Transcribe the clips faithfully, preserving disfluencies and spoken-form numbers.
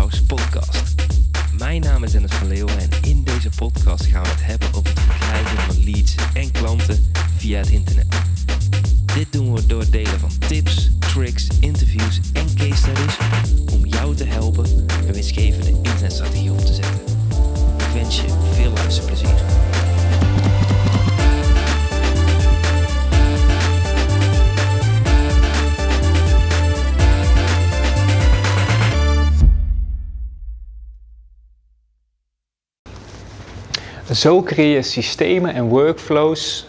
House podcast. Mijn naam is Dennis van Leeuwen en in deze podcast gaan we het hebben over het verkrijgen van leads en klanten via het internet. Dit doen we door het delen van tips, tricks, interviews en case studies om jou te helpen een winstgevende internetstrategie op te zetten. Ik wens je veel luisterplezier. Zo creëer je systemen en workflows.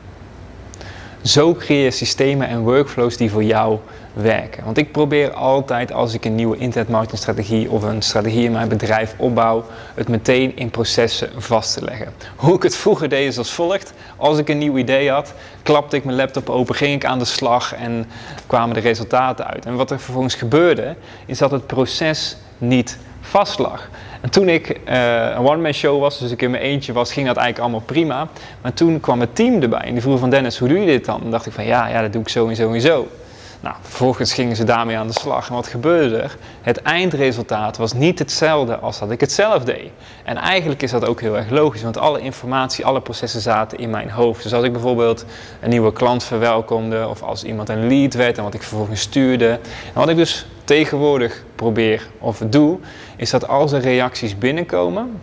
Zo creëer je systemen en workflows die voor jou werken. Want ik probeer altijd, als ik een nieuwe internetmarketingstrategie of een strategie in mijn bedrijf opbouw, het meteen in processen vast te leggen. Hoe ik het vroeger deed is als volgt. Als ik een nieuw idee had, klapte ik mijn laptop open, ging ik aan de slag en kwamen de resultaten uit. En wat er vervolgens gebeurde, is dat het proces niet vastlag. En toen ik uh, een one-man show was, dus ik in mijn eentje was, ging dat eigenlijk allemaal prima. Maar toen kwam het team erbij en die vroeg van Dennis, hoe doe je dit dan? En dacht ik van ja, ja, dat doe ik zo en zo en zo. Nou, vervolgens gingen ze daarmee aan de slag. En wat gebeurde er? Het eindresultaat was niet hetzelfde als dat ik het zelf deed. En eigenlijk is dat ook heel erg logisch, want alle informatie, alle processen zaten in mijn hoofd. Dus als ik bijvoorbeeld een nieuwe klant verwelkomde of als iemand een lead werd en wat ik vervolgens stuurde. En wat ik dus tegenwoordig probeer of doe, is dat als er reacties binnenkomen,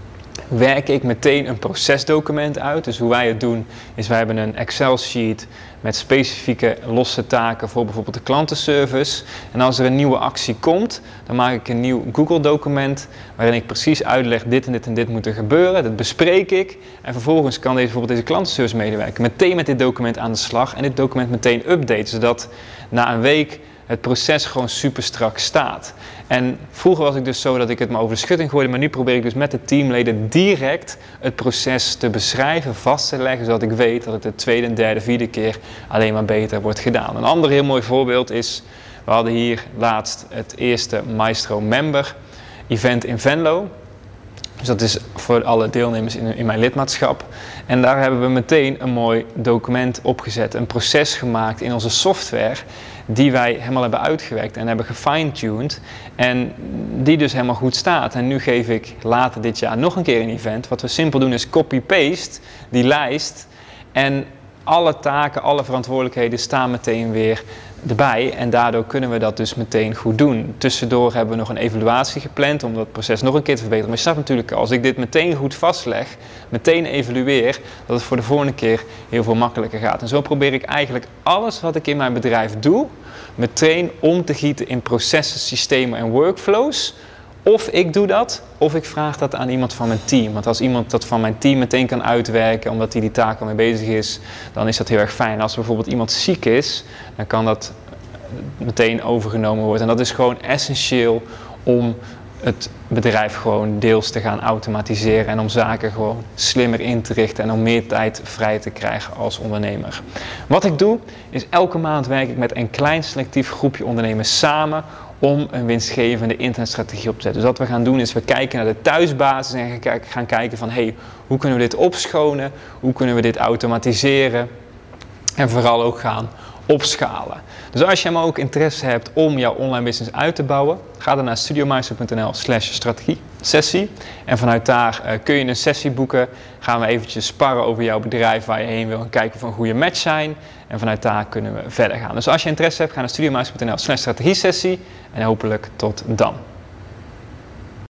werk ik meteen een procesdocument uit. Dus hoe wij het doen is, wij hebben een Excel-sheet met specifieke losse taken voor bijvoorbeeld de klantenservice. En als er een nieuwe actie komt, dan maak ik een nieuw Google-document waarin ik precies uitleg dit en dit en dit moet er gebeuren. Dat bespreek ik en vervolgens kan deze, bijvoorbeeld deze klantenservice medewerker meteen met dit document aan de slag en dit document meteen updaten, zodat na een week het proces gewoon super strak staat. En vroeger was ik dus zo dat ik het maar over de schutting gooide, maar nu probeer ik dus met de teamleden direct het proces te beschrijven, vast te leggen, zodat ik weet dat het de tweede, derde, vierde keer alleen maar beter wordt gedaan. Een ander heel mooi voorbeeld is, we hadden hier laatst het eerste Maestro Member event in Venlo. Dus dat is voor alle deelnemers in, in mijn lidmaatschap. En daar hebben we meteen een mooi document opgezet, een proces gemaakt in onze software die wij helemaal hebben uitgewerkt en hebben gefine-tuned en die dus helemaal goed staat. En nu geef ik later dit jaar nog een keer een event. Wat we simpel doen is copy-paste die lijst en alle taken, alle verantwoordelijkheden staan meteen weer erbij en daardoor kunnen we dat dus meteen goed doen. Tussendoor hebben we nog een evaluatie gepland om dat proces nog een keer te verbeteren. Maar je snapt natuurlijk, als ik dit meteen goed vastleg, meteen evalueer, dat het voor de volgende keer heel veel makkelijker gaat. En zo probeer ik eigenlijk alles wat ik in mijn bedrijf doe, meteen om te gieten in processen, systemen en workflows. Of ik doe dat, of ik vraag dat aan iemand van mijn team. Want als iemand dat van mijn team meteen kan uitwerken, omdat hij die taak al mee bezig is, dan is dat heel erg fijn. Als bijvoorbeeld iemand ziek is, dan kan dat meteen overgenomen worden. En dat is gewoon essentieel om het bedrijf gewoon deels te gaan automatiseren en om zaken gewoon slimmer in te richten en om meer tijd vrij te krijgen als ondernemer. Wat ik doe, is elke maand werk ik met een klein selectief groepje ondernemers samen om een winstgevende internetstrategie op te zetten. Dus wat we gaan doen is, we kijken naar de thuisbasis en gaan kijken van, hey, hoe kunnen we dit opschonen? Hoe kunnen we dit automatiseren? En vooral ook gaan opschalen. Dus als je hem ook interesse hebt om jouw online business uit te bouwen, ga dan naar studiomeister punt n l slash strategie sessie. En vanuit daar uh, kun je een sessie boeken. Gaan we eventjes sparren over jouw bedrijf waar je heen wil en kijken of we een goede match zijn. En vanuit daar kunnen we verder gaan. Dus als je interesse hebt, ga naar studiomeister punt n l slash strategie sessie. En hopelijk tot dan.